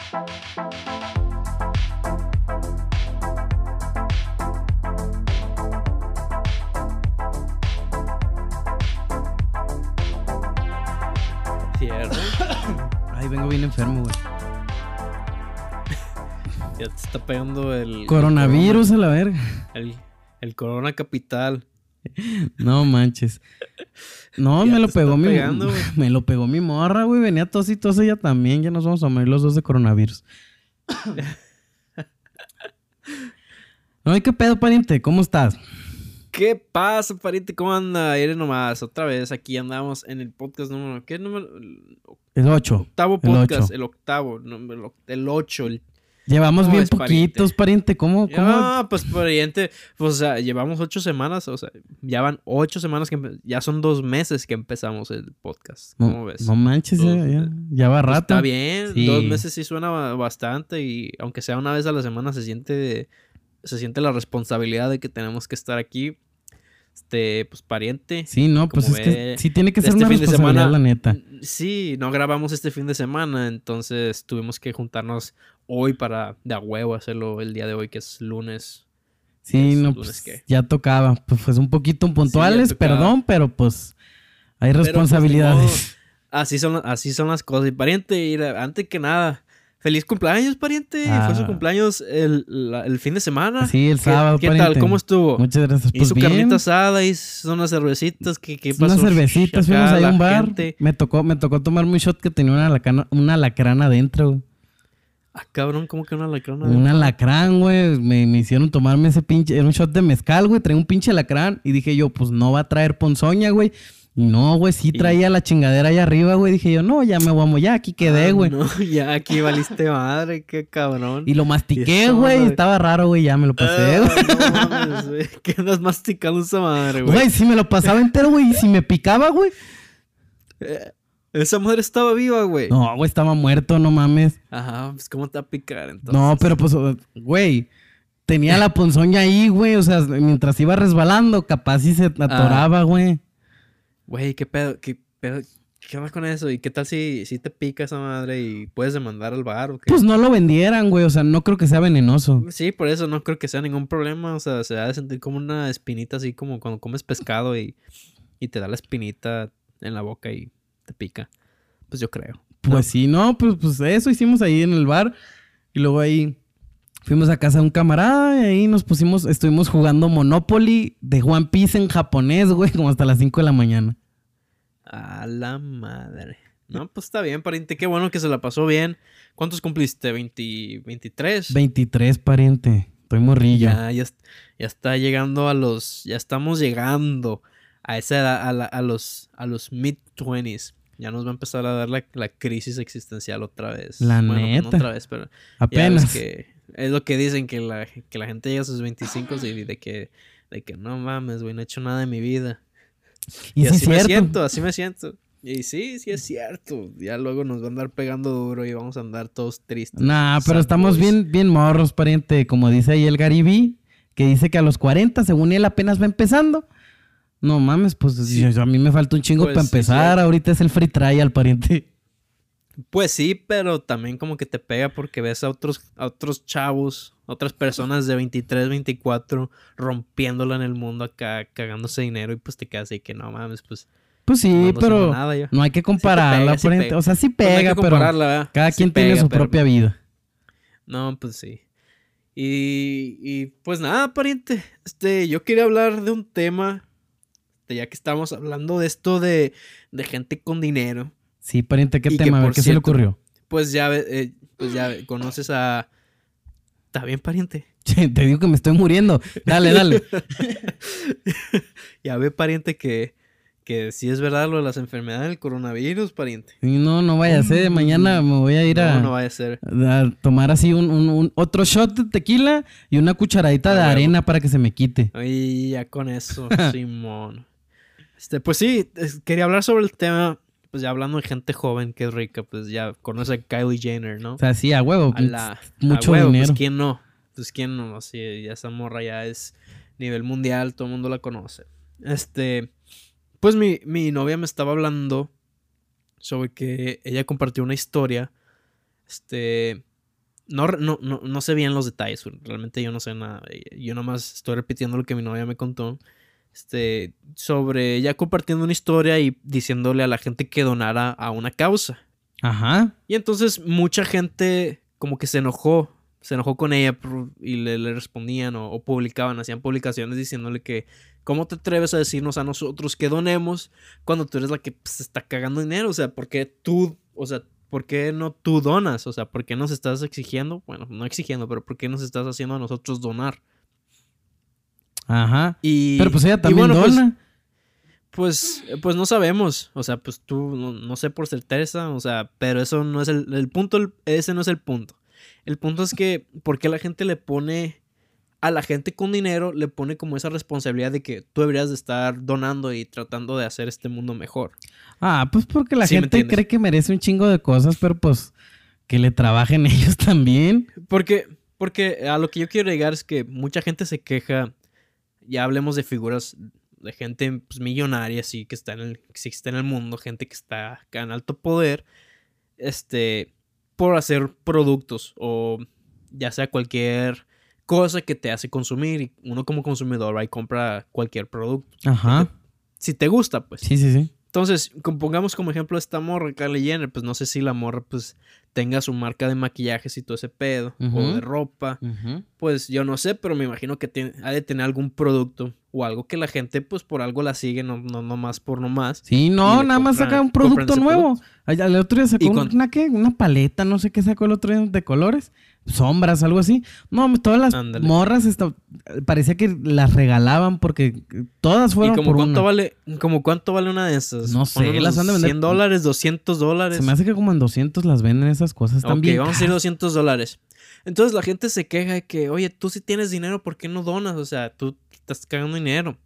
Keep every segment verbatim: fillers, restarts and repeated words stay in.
Cierto. Ay, vengo bien enfermo, güey. Ya te está pegando el... Coronavirus el a la verga. El, el corona capital. No manches. No, Ya me lo te está pegó mi... pegando, güey. Me lo pegó mi morra, güey. Venía tos y tos ella también. Ya nos vamos a morir los dos de coronavirus. No, ¿y qué pedo, pariente? ¿Cómo estás? ¿Qué pasa, pariente? ¿Cómo anda? Aire nomás. Otra vez aquí andamos en el podcast número... ¿Qué número? El El ocho. octavo El podcast. ocho. El octavo. No, el, oc- el ocho. El... Llevamos ¿Cómo bien ves, poquitos, pariente. ¿Cómo? ¿Cómo? Ah, pues pariente. Pues, o sea, llevamos ocho semanas. O sea, ya van ocho semanas que... empe- Ya son dos meses que empezamos el podcast. ¿Cómo No, ves? no manches, Dos- ya, ya, ya va Pues rato. está bien. Sí. Dos meses sí suena ba- bastante. Y aunque sea una vez a la semana, se siente... Se siente la responsabilidad de que tenemos que estar aquí. Este, pues pariente. Sí, no, pues Como es que ve, sí tiene que ser este una fin de responsabilidad, semana, la neta. Sí, no grabamos este fin de semana, entonces tuvimos que juntarnos hoy para de a huevo hacerlo el día de hoy, que es lunes. Sí, es no, lunes pues que- ya tocaba. Pues fue un poquito puntuales, tocaba. perdón, pero pues hay Pero, pues, responsabilidades. ni modo. Así son, así son las cosas. Y pariente, mira, antes que nada, feliz cumpleaños, pariente. Ah. Fue su cumpleaños el, la- el fin de semana. Sí, el ¿Qué- sábado, ¿Qué, pariente. tal? ¿Cómo estuvo? Muchas gracias. Pues Hizo bien. carnita asada, hizo unas cervecitas. ¿Qué, qué pasó? Unas cervecitas, Acá fuimos ahí a la un bar. gente- Me tocó, me tocó tomarme un shot que tenía una alacrana, una alacrán adentro, güey. Ah, cabrón, ¿cómo que una alacrán? Un alacrán, güey. Me, me hicieron tomarme ese pinche. Era un shot de mezcal, güey. Traía un pinche alacrán. Y dije yo, pues no va a traer ponzoña, güey. Y no, güey, sí traía la chingadera allá arriba, güey. Dije yo, no, ya me voy a mo- ya aquí quedé, Ah, güey. No, ya aquí valiste madre, qué cabrón. Y lo mastiqué, eso, güey. madre. Estaba raro, güey. Ya me lo pasé, güey. Ah, no mames, güey. ¿Qué andas masticando esa madre, güey? Güey, si me lo pasaba entero, güey. Y si me picaba, güey. Eh, Esa madre estaba viva, güey. No, güey, estaba muerto, no mames. Ajá, pues ¿cómo te va a picar entonces? No, pero pues, güey. Tenía la ponzoña ahí, güey. O sea, mientras iba resbalando, capaz y se atoraba, güey. Güey, ¿qué pedo? ¿Qué pedo? ¿Qué onda con eso? ¿Y qué tal si, si te pica esa madre y puedes demandar al bar o qué? Pues no lo vendieran, güey. O sea, no creo que sea venenoso. Sí, por eso no creo que sea ningún problema. O sea, se ha de sentir como una espinita así como cuando comes pescado y, y te da la espinita en la boca y te pica. Pues yo creo. Pues sí, no, pues, pues eso hicimos ahí en el bar. Y luego ahí fuimos a casa de un camarada y ahí nos pusimos, estuvimos jugando Monopoly de One Piece en japonés, güey, como hasta las cinco de la mañana. A la madre. No, pues está bien, pariente. Qué bueno que se la pasó bien. ¿Cuántos cumpliste? ¿veinte, veintitrés? veintitrés, pariente. Estoy morrillo. Ya, ya, est- ya está llegando a los... Ya estamos llegando a esa edad, a, la- a los, a los mid-twenties. Ya nos va a empezar a dar la, la crisis existencial otra vez. La bueno, pues neta. no otra vez, pero... Ya Apenas. ves que es lo que dicen, que la, que la gente llega a sus veinticinco y de que, de que no mames, güey, no he hecho nada en mi vida. Y, Y, sí es así me cierto. siento, así me siento. Y sí, sí es cierto. Ya luego nos va a andar pegando duro y vamos a andar todos tristes. Nah, pero Sad estamos boys. bien, bien morros, pariente. Como dice ahí el Garibí, que dice que a los cuarenta, según él, apenas va empezando. No mames, pues Sí. yo- a mí me falta un chingo Pues, para sí, empezar. sí. Ahorita es el free trial, pariente. Pues sí, pero también como que te pega porque ves a otros, a otros chavos, otras personas de veintitrés, veinticuatro rompiéndola en el mundo acá, cagándose dinero y pues te quedas ahí que no mames, pues Pues sí, no ando pero haciendo nada yo. no hay que Sí te compararla, pega, sí pariente. pega. O sea, sí Pues no hay pega, que pero compararla, ¿verdad? cada Sí quien tiene pega, su pero- propia vida. No, pues sí. Y, y pues nada, pariente. Este, yo quería hablar de un tema, este, ya que estamos hablando de esto de, de gente con dinero. Sí, pariente, ¿qué Y que, tema? A ver, por ¿qué se le cierto, ocurrió? Pues ya, ve- eh, pues ya ve- conoces a... ¿Está bien, pariente? Te digo que me estoy muriendo. Dale, dale. Ya ve, pariente, que, que sí es verdad lo de las enfermedades del coronavirus, pariente. Y no, no vaya a ser. Mañana me voy a ir a, No, no vaya a ser. a tomar así un, un- un- otro shot de tequila y una cucharadita Ah, de huevo. arena para que se me quite. Ay, ya con eso, Simón. Este, pues sí, es- quería hablar sobre el tema, pues ya hablando de gente joven que es rica, pues ya conoce a Kylie Jenner, ¿no? O sea, sí, a huevo. A la, mucho a huevo, dinero. Pues quién no, pues quién no, así, ya esa morra ya es nivel mundial, todo el mundo la conoce. Este, pues mi, mi novia me estaba hablando sobre que ella compartió una historia, este, No, no, no, no sé bien los detalles, realmente yo no sé nada. Yo nomás estoy repitiendo lo que mi novia me contó. Este, sobre ella compartiendo una historia y diciéndole a la gente que donara a una causa. Ajá. Y entonces mucha gente como que se enojó, se enojó con ella por, y le, le respondían o, o publicaban, hacían publicaciones diciéndole que ¿cómo te atreves a decirnos a nosotros que donemos cuando tú eres la que pues, está cagando dinero? O sea, ¿por qué tú, o sea, ¿por qué no tú donas? O sea, ¿por qué nos estás exigiendo? Bueno, no exigiendo, pero ¿por qué nos estás haciendo a nosotros donar? Ajá. Y, Pero pues ella también bueno, dona. Pues, pues, pues no sabemos. O sea, pues tú, no, no sé por certeza. O sea, pero eso no es el, el punto. El, ese no es el punto. El punto es que, ¿por qué la gente le pone, a la gente con dinero, le pone como esa responsabilidad de que tú deberías de estar donando y tratando de hacer este mundo mejor? Ah, pues porque la ¿Sí me gente entiendes? cree que merece un chingo de cosas, pero pues que le trabajen ellos también. Porque, porque a lo que yo quiero llegar es que mucha gente se queja. Ya hablemos de figuras de gente pues, millonaria, sí, que está en el, que existe en el mundo, gente que está acá en alto poder, este, por hacer productos o ya sea cualquier cosa que te hace consumir y uno como consumidor va y compra cualquier producto. Ajá. Si te gusta, pues. Sí, sí, sí. Entonces, pongamos como ejemplo esta morra, Kylie Jenner, pues no sé si la morra pues tenga su marca de maquillajes y todo ese pedo, uh-huh. o de ropa, uh-huh. pues yo no sé, pero me imagino que tiene, ha de tener algún producto o algo que la gente pues por algo la sigue, no, no, no más por nomás. Sí, no, nada más saca un producto nuevo. Producto. El otro día sacó con... una, ¿qué? Una paleta, no sé qué sacó el otro día de colores. Sombras, algo así. No, todas las Ándale. morras está, parecía que las regalaban porque todas fueron ¿Y como por cuánto una. vale, como cuánto vale una de esas? No sé, las han de vender. cien dólares, doscientos dólares. Se me hace que como en doscientos las venden esas cosas también. Ok, vamos a ir doscientos dólares. Entonces la gente se queja de que, oye, tú si tienes dinero, ¿por qué no donas? O sea, tú estás cagando dinero.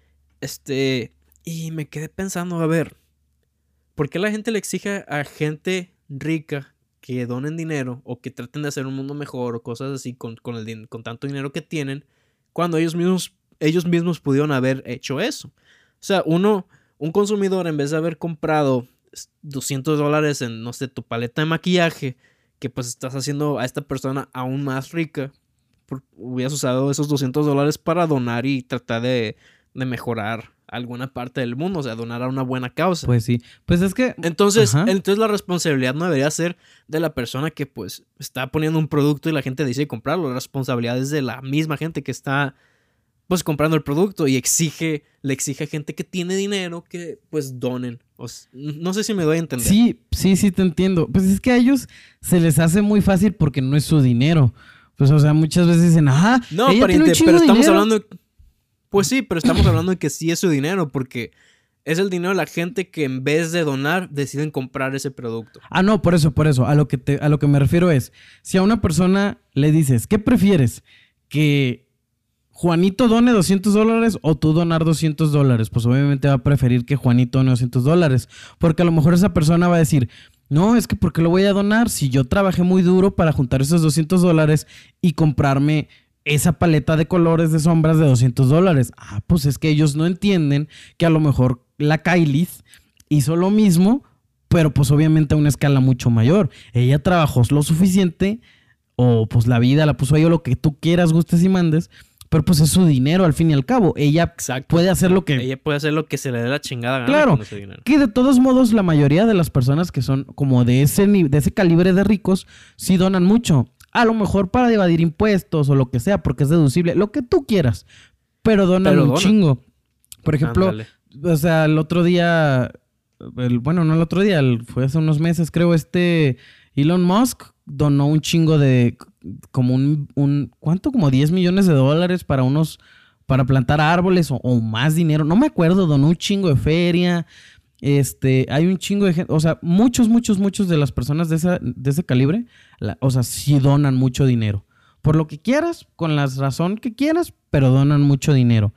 Este, y me quedé pensando, a ver, ¿por qué la gente le exige a gente rica que donen dinero o que traten de hacer un mundo mejor o cosas así con, con, el, con tanto dinero que tienen cuando ellos mismos, ellos mismos pudieron haber hecho eso? O sea, uno, un consumidor, en vez de haber comprado doscientos dólares en, no sé, tu paleta de maquillaje, que pues estás haciendo a esta persona aún más rica, por, hubieras usado esos doscientos dólares para donar y tratar de, de mejorar alguna parte del mundo, o sea, donar a una buena causa. Pues sí, pues es que... Entonces, entonces la responsabilidad no debería ser de la persona que pues está poniendo un producto y la gente decide comprarlo. La responsabilidad es de la misma gente que está pues comprando el producto y exige, le exige a gente que tiene dinero que pues donen. O sea, no sé si me doy a entender. Sí, sí, sí te entiendo. Pues es que a ellos se les hace muy fácil porque no es su dinero. Pues o sea, muchas veces dicen, ajá, no, ella pariente, tiene un chingo pero de estamos dinero. hablando de... Pues sí, pero estamos hablando de que sí es su dinero porque es el dinero de la gente que en vez de donar deciden comprar ese producto. Ah, no, por eso, por eso. A lo que te, a lo que me refiero es, si a una persona le dices, ¿qué prefieres? ¿Que Juanito done doscientos dólares o tú donar doscientos dólares? Pues obviamente va a preferir que Juanito done doscientos dólares. Porque a lo mejor esa persona va a decir, no, es que ¿por qué lo voy a donar? Si yo trabajé muy duro para juntar esos doscientos dólares y comprarme esa paleta de colores de sombras de doscientos dólares. Ah, pues es que ellos no entienden que a lo mejor la Kylie hizo lo mismo, pero pues obviamente a una escala mucho mayor. Ella trabajó lo suficiente, o pues la vida la puso ahí, o lo que tú quieras, gustes y mandes, pero pues es su dinero al fin y al cabo. Ella Exacto. puede hacer lo que... Ella puede hacer lo que se le dé la chingada gana claro, con ese dinero. Que de todos modos la mayoría de las personas que son como de ese, de ese calibre de ricos sí donan mucho. A lo mejor para evadir impuestos o lo que sea, porque es deducible, lo que tú quieras, pero donan pero un dona. chingo. Por ejemplo, Ándale. o sea, el otro día, el, bueno, no el otro día, el, fue hace unos meses, creo, este Elon Musk donó un chingo de, como un, un ¿cuánto? Como diez millones de dólares para unos, para plantar árboles o, o más dinero, no me acuerdo, donó un chingo de feria. Este, hay un chingo de gente, o sea, muchos, muchos, muchos de las personas de, esa, de ese calibre, la, o sea, sí donan mucho dinero. Por lo que quieras, con la razón que quieras, pero donan mucho dinero.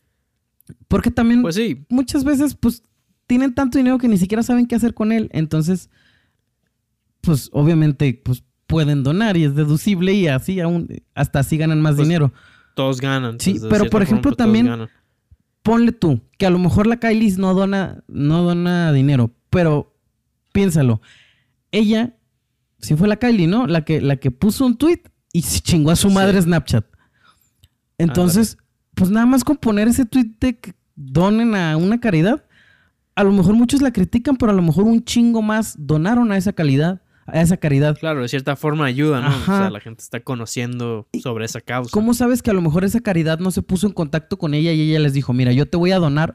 Porque también, pues sí. muchas veces, pues, tienen tanto dinero que ni siquiera saben qué hacer con él. Entonces, pues, obviamente, pues, pueden donar y es deducible y así aún, hasta así ganan más pues, dinero. Todos ganan. Sí, pero por ejemplo, forma, también... Ponle tú, que a lo mejor la Kylie no dona, no dona dinero, pero piénsalo. Ella Sí fue la Kylie, ¿no? La que, la que puso un tweet y se chingó a su madre Sí. Snapchat. Entonces, Ándale. pues nada más con poner ese tweet de que donen a una caridad, a lo mejor muchos la critican, pero a lo mejor un chingo más donaron a esa calidad, a esa caridad. Claro, de cierta forma ayuda, ¿no? Ajá. O sea, la gente está conociendo sobre esa causa. ¿Cómo sabes que a lo mejor esa caridad no se puso en contacto con ella y ella les dijo, mira, yo te voy a donar,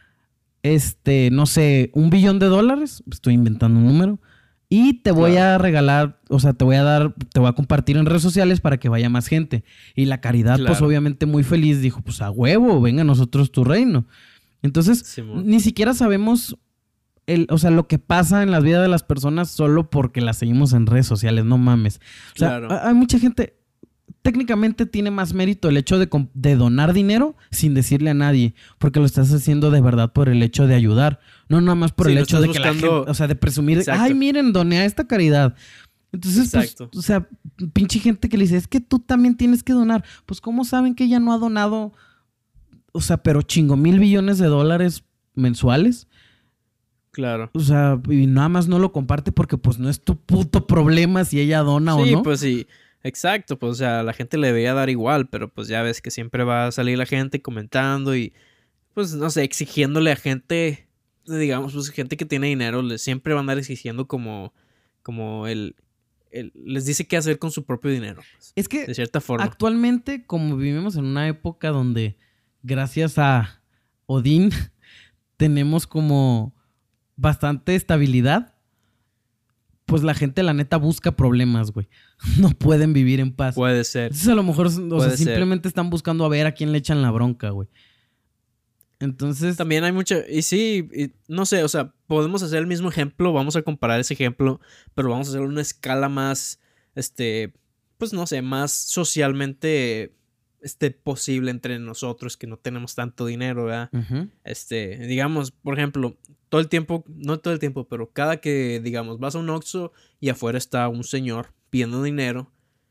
este, no sé, un billón de dólares, estoy inventando un número, y te voy Claro. a regalar, o sea, te voy a dar, te voy a compartir en redes sociales para que vaya más gente. Y la caridad, pues Claro. obviamente muy feliz, dijo, pues a huevo, venga a nosotros tu reino. Entonces, Simón. ni siquiera sabemos, el, o sea, lo que pasa en la vida de las personas solo porque las seguimos en redes sociales, no mames. O sea, Claro. ha- hay mucha gente, técnicamente tiene más mérito el hecho de, com- de donar dinero sin decirle a nadie, porque lo estás haciendo de verdad por el hecho de ayudar, no nada más por Sí, el no hecho de estás que la buscando- gente, o sea, de presumir, de, Exacto. ay, miren, doné a esta caridad. Entonces, pues, Exacto. o sea, pinche gente que le dice, es que tú también tienes que donar. Pues, ¿cómo saben que ella no ha donado, o sea, pero chingo mil billones de dólares mensuales? Claro. O sea, y nada más no lo comparte porque pues no es tu puto problema si ella dona o Sí, no. pues sí. Exacto, pues o sea, a la gente le debería dar igual, pero pues ya ves que siempre va a salir la gente comentando y pues no sé, exigiéndole a gente, digamos, pues gente que tiene dinero, le siempre van a andar exigiendo como, como el, el- les dice qué hacer con su propio dinero, pues, Es que de cierta forma. actualmente, como vivimos en una época donde, gracias a Odín, tenemos como bastante estabilidad, pues la gente, la neta, busca problemas, güey. No pueden vivir en paz. Puede ser. Entonces, a lo mejor, o sea, Puede ser. simplemente están buscando a ver a quién le echan la bronca, güey. Entonces, También hay mucha, y sí, y no sé, o sea, podemos hacer el mismo ejemplo, vamos a comparar ese ejemplo, pero vamos a hacerlo en una escala más, este, pues no sé, más socialmente, este, posible entre nosotros que no tenemos tanto dinero, ¿verdad? ujú. Este, digamos, por ejemplo, todo el tiempo, no todo el tiempo, pero cada que, digamos, vas a un Oxxo y afuera está un señor pidiendo dinero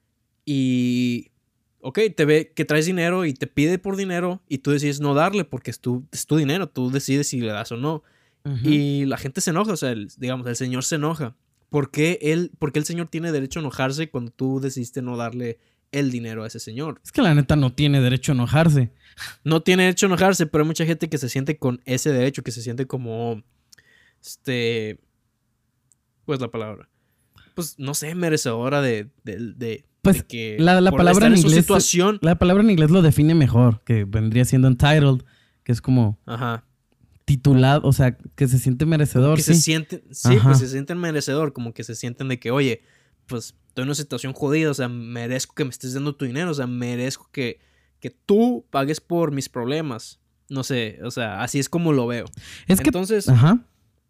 y, ok, te ve que traes dinero y te pide por dinero y tú decides no darle porque es tu, es tu dinero, tú decides si le das o no. Ujú. Y la gente se enoja, o sea, el- digamos, el señor se enoja. ¿Por qué, él, por qué el señor tiene derecho a enojarse cuando tú decidiste no darle el dinero a ese señor? Es que la neta no tiene derecho a enojarse. No tiene derecho a enojarse, pero hay mucha gente que se siente con ese derecho, que se siente como, este, pues la palabra, pues no sé, merecedora de, de, de, Pues, de que la- la por palabra estar en en su inglés- situación, La palabra en inglés lo define mejor, que vendría siendo entitled, que es como ajá, titulado, o sea, que se siente merecedor, que sí. se sienten, sí, Ajá. pues se sienten merecedor, como que se sienten de que, oye, pues estoy en una situación jodida, o sea, merezco que me estés dando tu dinero, o sea, merezco que, que tú pagues por mis problemas. No sé, o sea, así es como lo veo. Es que, Entonces, ajá.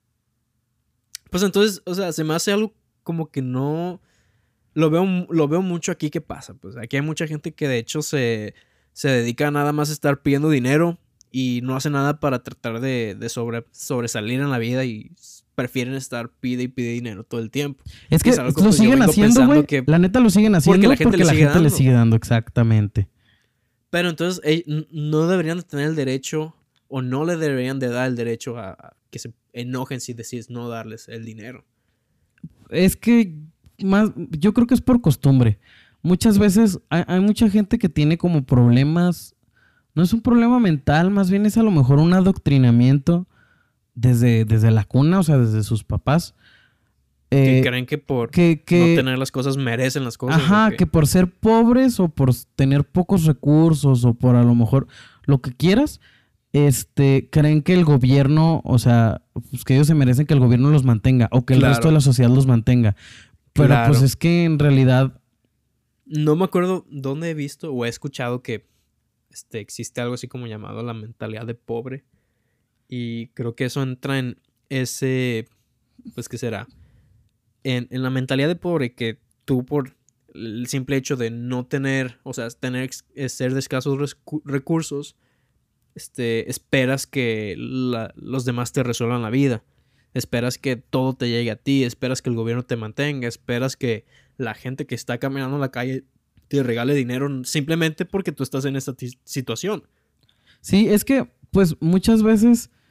pues entonces, o sea, se me hace algo como que no... Lo veo, lo veo mucho aquí que pasa. Pues aquí hay mucha gente que de hecho se, se dedica nada más a estar pidiendo dinero y no hace nada para tratar de, de sobre, sobresalir en la vida y prefieren estar pide y pide dinero todo el tiempo. Es que es algo que, lo pues, yo siguen vengo haciendo, pensando güey. que- La neta lo siguen haciendo porque la gente, le, sigue dando. sigue dando, exactamente. Pero entonces eh, n- no deberían de tener el derecho o no le deberían de dar el derecho a, a que se enojen si decides no darles el dinero. Es que más, yo creo que es por costumbre. Muchas veces hay, hay mucha gente que tiene como problemas. No es un problema mental, más bien es a lo mejor un adoctrinamiento desde, desde la cuna, o sea, desde sus papás. Que Eh, creen que por que, que, no tener las cosas merecen las cosas. ajá, ¿o qué? que por ser pobres o por tener pocos recursos o por a lo mejor lo que quieras, este, creen que el gobierno, o sea, pues que ellos se merecen que el gobierno los mantenga o que el Claro. resto de la sociedad los mantenga. Pero Claro. pues es que en realidad, No me acuerdo dónde he visto o he escuchado que este, existe algo así como llamado la mentalidad de pobre. Y creo que eso entra en ese, pues, ¿qué será? En, en la mentalidad de pobre que tú por el simple hecho de no tener, o sea, tener, ex- eh, ser de escasos rescu- recursos, este, esperas que la- los demás te resuelvan la vida. Esperas que todo te llegue a ti, esperas que el gobierno te mantenga, esperas que la gente que está caminando en la calle te regale dinero simplemente porque tú estás en esta ti- situación. sí, es que pues muchas veces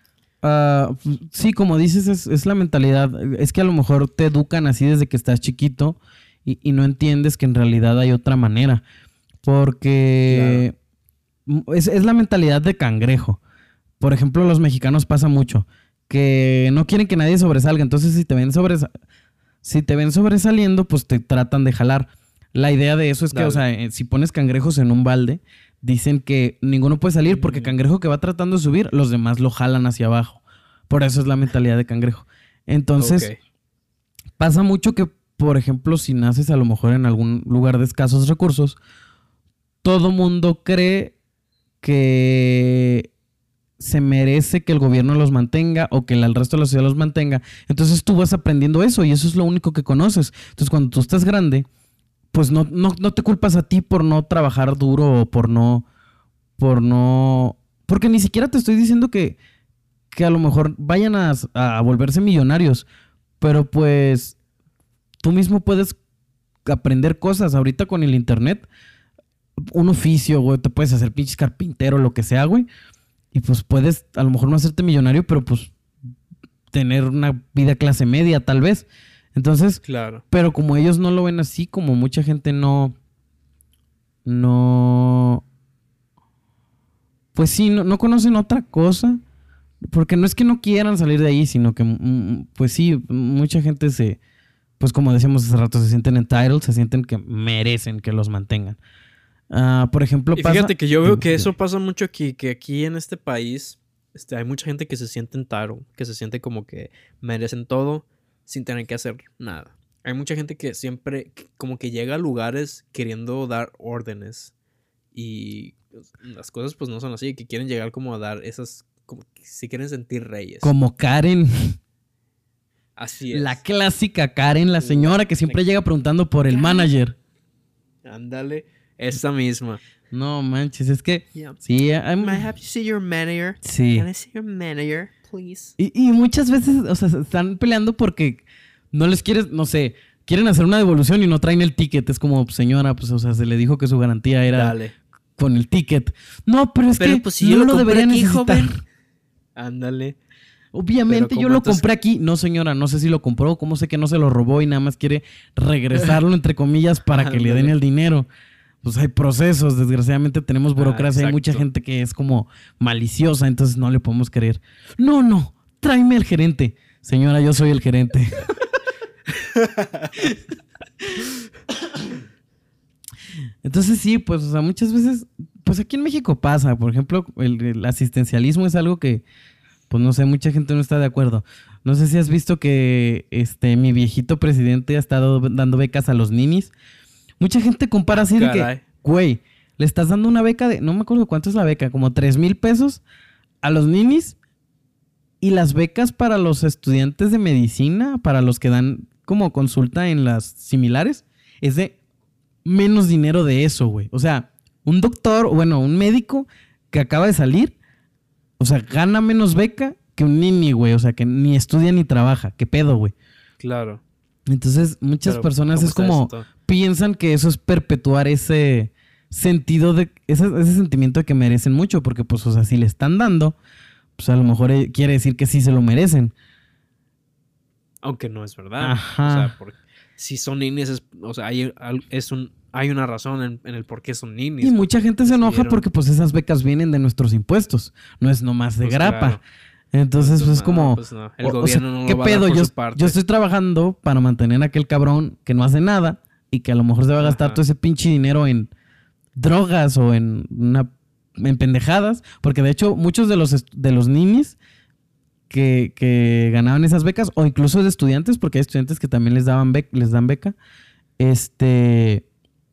Uh, sí, como dices, es, es la mentalidad. Es que a lo mejor te educan así desde que estás chiquito y, y no entiendes que en realidad hay otra manera. Porque claro. es, es la mentalidad de cangrejo. Por ejemplo, los mexicanos pasa mucho que no quieren que nadie sobresalga. Entonces, si te ven sobres si te ven sobresaliendo, pues te tratan de jalar. La idea de eso es que, Dale. o sea, si pones cangrejos en un balde, dicen que ninguno puede salir porque cangrejo que va tratando de subir, los demás lo jalan hacia abajo. Por eso es la mentalidad de cangrejo. Entonces, okay. pasa mucho que, por ejemplo, si naces a lo mejor en algún lugar de escasos recursos, todo mundo cree que se merece que el gobierno los mantenga o que el resto de la sociedad los mantenga. Entonces tú vas aprendiendo eso y eso es lo único que conoces. Entonces cuando tú estás grande, pues no, no, no te culpas a ti por no trabajar duro o por no, por no, porque ni siquiera te estoy diciendo que, que a lo mejor vayan a, a volverse millonarios, pero pues tú mismo puedes aprender cosas. Ahorita con el internet, un oficio, güey, te puedes hacer pinches carpintero, lo que sea, güey, y pues puedes a lo mejor no hacerte millonario, pero pues tener una vida clase media tal vez. Entonces, claro. Pero como ellos no lo ven así, como mucha gente no, no, pues sí, no, no conocen otra cosa, porque no es que no quieran salir de ahí, sino que, pues sí, mucha gente se, pues como decíamos hace rato, se sienten entitled, se sienten que merecen que los mantengan. Uh, por ejemplo, y fíjate pasa... que yo veo que eso pasa mucho aquí, que aquí en este país, este, hay mucha gente que se siente entitled, que se siente como que merecen todo sin tener que hacer nada. Hay mucha gente que siempre como que llega a lugares queriendo dar órdenes y las cosas pues no son así, que quieren llegar como a dar esas, como que se quieren sentir reyes. Como Karen. Así es. La clásica Karen, la señora que siempre llega preguntando por el manager. Ándale, esa misma. No manches, es que yeah. sí, I'm... May I have you see your manager? Sí. Can I see your manager? Please. Y, y muchas veces, o sea, están peleando porque no les quieres, no sé, quieren hacer una devolución y no traen el ticket. Es como, señora, pues, o sea, se le dijo que su garantía era Dale. con el ticket. No, pero es pero, que pues, si no yo lo, lo debería aquí, necesitar. Joven. Ándale. Obviamente yo lo entonces... compré aquí. No, señora, no sé si lo compró, cómo sé que no se lo robó y nada más quiere regresarlo, entre comillas, para que le den el dinero. Pues hay procesos, desgraciadamente tenemos burocracia, ah, hay mucha gente que es como maliciosa, entonces no le podemos creer. No, no, tráeme al gerente. Señora, yo soy el gerente. Entonces sí, pues, o sea, muchas veces, pues aquí en México pasa, por ejemplo, el, el asistencialismo es algo que, pues no sé, mucha gente no está de acuerdo. No sé si has visto que este mi viejito presidente ha estado dando becas a los ninis. Mucha gente compara así de que, güey, le estás dando una beca de, no me acuerdo cuánto es la beca, como tres mil pesos a los ninis. Y las becas para los estudiantes de medicina, para los que dan como consulta en las similares, es de menos dinero de eso, güey. O sea, un doctor, bueno, un médico que acaba de salir, o sea, gana menos beca que un nini, güey. O sea, que ni estudia ni trabaja. ¿Qué pedo, güey? Claro. Entonces, muchas Pero, personas es como... Esto? Piensan que eso es perpetuar ese sentido de... Ese, ese sentimiento de que merecen mucho. Porque, pues, o sea, si le están dando, pues a lo mejor quiere decir que sí se lo merecen. Aunque no es verdad. Ajá. O sea, porque si son ninis, es, o sea, hay, es un, hay una razón en, en el por qué son ninis. Y mucha gente se enoja porque, pues, esas becas vienen de nuestros impuestos. No es nomás de pues grapa. Claro. Entonces, pues, es como... Pues no. El o, gobierno o sea, no ¿qué lo va pedo? a dar por yo, su parte. yo estoy trabajando para mantener a aquel cabrón que no hace nada y que a lo mejor se va a gastar Ajá. todo ese pinche dinero en drogas o en una en pendejadas, porque de hecho muchos de los de los ninis que, que ganaban esas becas, o incluso de estudiantes, porque hay estudiantes que también les daban bec- les dan beca, este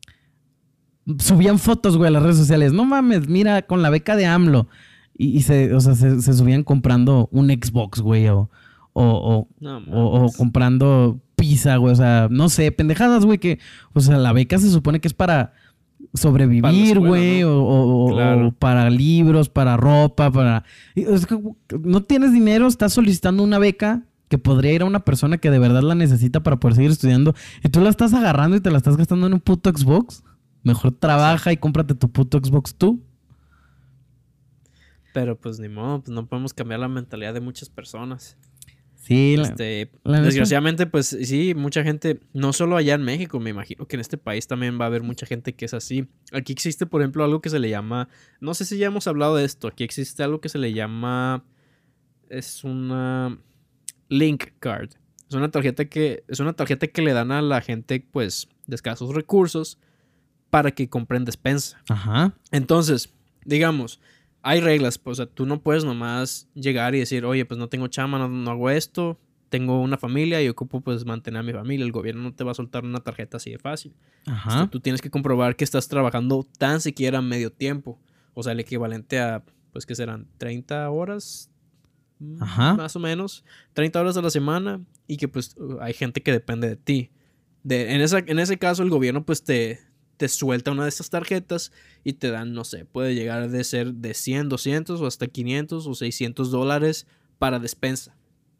subían fotos, güey, a las redes sociales. No mames, mira, con la beca de AMLO. Y, y se, o sea, se, se subían comprando un Xbox, güey, o, o, o, no, o, o comprando pizza, güey, o sea, no sé, pendejadas, güey, que, o sea, la beca se supone que es para sobrevivir, güey, ¿no? o, o, claro. o para libros, para ropa, para... Es que no tienes dinero, estás solicitando una beca que podría ir a una persona que de verdad la necesita para poder seguir estudiando, y tú la estás agarrando y te la estás gastando en un puto Xbox. Mejor trabaja y cómprate tu puto Xbox tú. Pero pues ni modo, pues no podemos cambiar la mentalidad de muchas personas. Sí, la, Este, la desgraciadamente, pues sí, mucha gente, no solo allá en México, me imagino que en este país también va a haber mucha gente que es así. Aquí existe, por ejemplo, algo que se le llama, no sé si ya hemos hablado de esto, aquí existe algo que se le llama, es una Link Card. Es una tarjeta que, es una tarjeta que le dan a la gente, pues, de escasos recursos para que compren despensa. Ajá. Entonces, digamos, hay reglas, pues, o sea, tú no puedes nomás llegar y decir, oye, pues no tengo chamba, no, no hago esto, tengo una familia y ocupo pues mantener a mi familia. El gobierno no te va a soltar una tarjeta así de fácil. Ajá. Este, tú tienes que comprobar que estás trabajando tan siquiera medio tiempo. O sea, el equivalente a, pues, ¿qué serán? ¿treinta horas? Ajá. Más o menos. treinta horas a la semana y que pues hay gente que depende de ti. De, en, esa, en ese caso el gobierno pues te... te suelta una de estas tarjetas y te dan, no sé, puede llegar de ser de cien, doscientos o hasta quinientos o seiscientos dólares para despensa.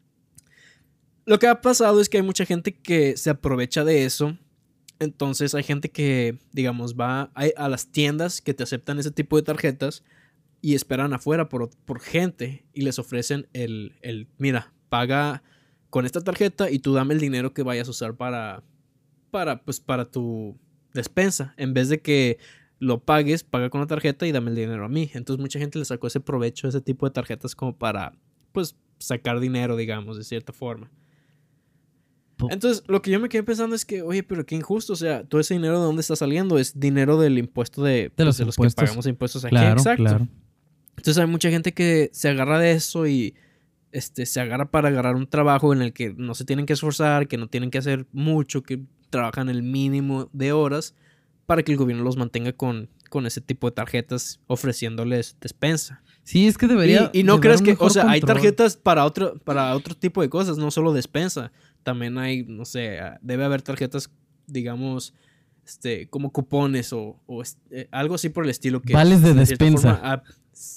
Lo que ha pasado es que hay mucha gente que se aprovecha de eso. Entonces hay gente que, digamos, va a, a las tiendas que te aceptan ese tipo de tarjetas y esperan afuera por, por gente y les ofrecen el, el, mira, paga con esta tarjeta y tú dame el dinero que vayas a usar para, para, pues, para tu despensa, en vez de que lo pagues, paga con la tarjeta y dame el dinero a mí. Entonces mucha gente le sacó ese provecho a ese tipo de tarjetas como para, pues, sacar dinero, digamos, de cierta forma. Entonces, lo que yo me quedé pensando es que, oye, pero qué injusto, o sea, todo ese dinero de dónde está saliendo es dinero del impuesto de, De pues, los de los impuestos. que pagamos impuestos aquí. Claro, Exacto. claro. Entonces hay mucha gente que se agarra de eso y este, se agarra para agarrar un trabajo en el que no se tienen que esforzar, que no tienen que hacer mucho, que trabajan el mínimo de horas para que el gobierno los mantenga con, con ese tipo de tarjetas ofreciéndoles despensa. Sí, es que debería. Y, y no de crees haber un que, o mejor sea, hay control. tarjetas para otro, para otro tipo de cosas, no solo despensa. También hay, no sé, debe haber tarjetas, digamos, este, como cupones o, o este, algo así por el estilo. Que Vales de cierta despensa. forma, ah,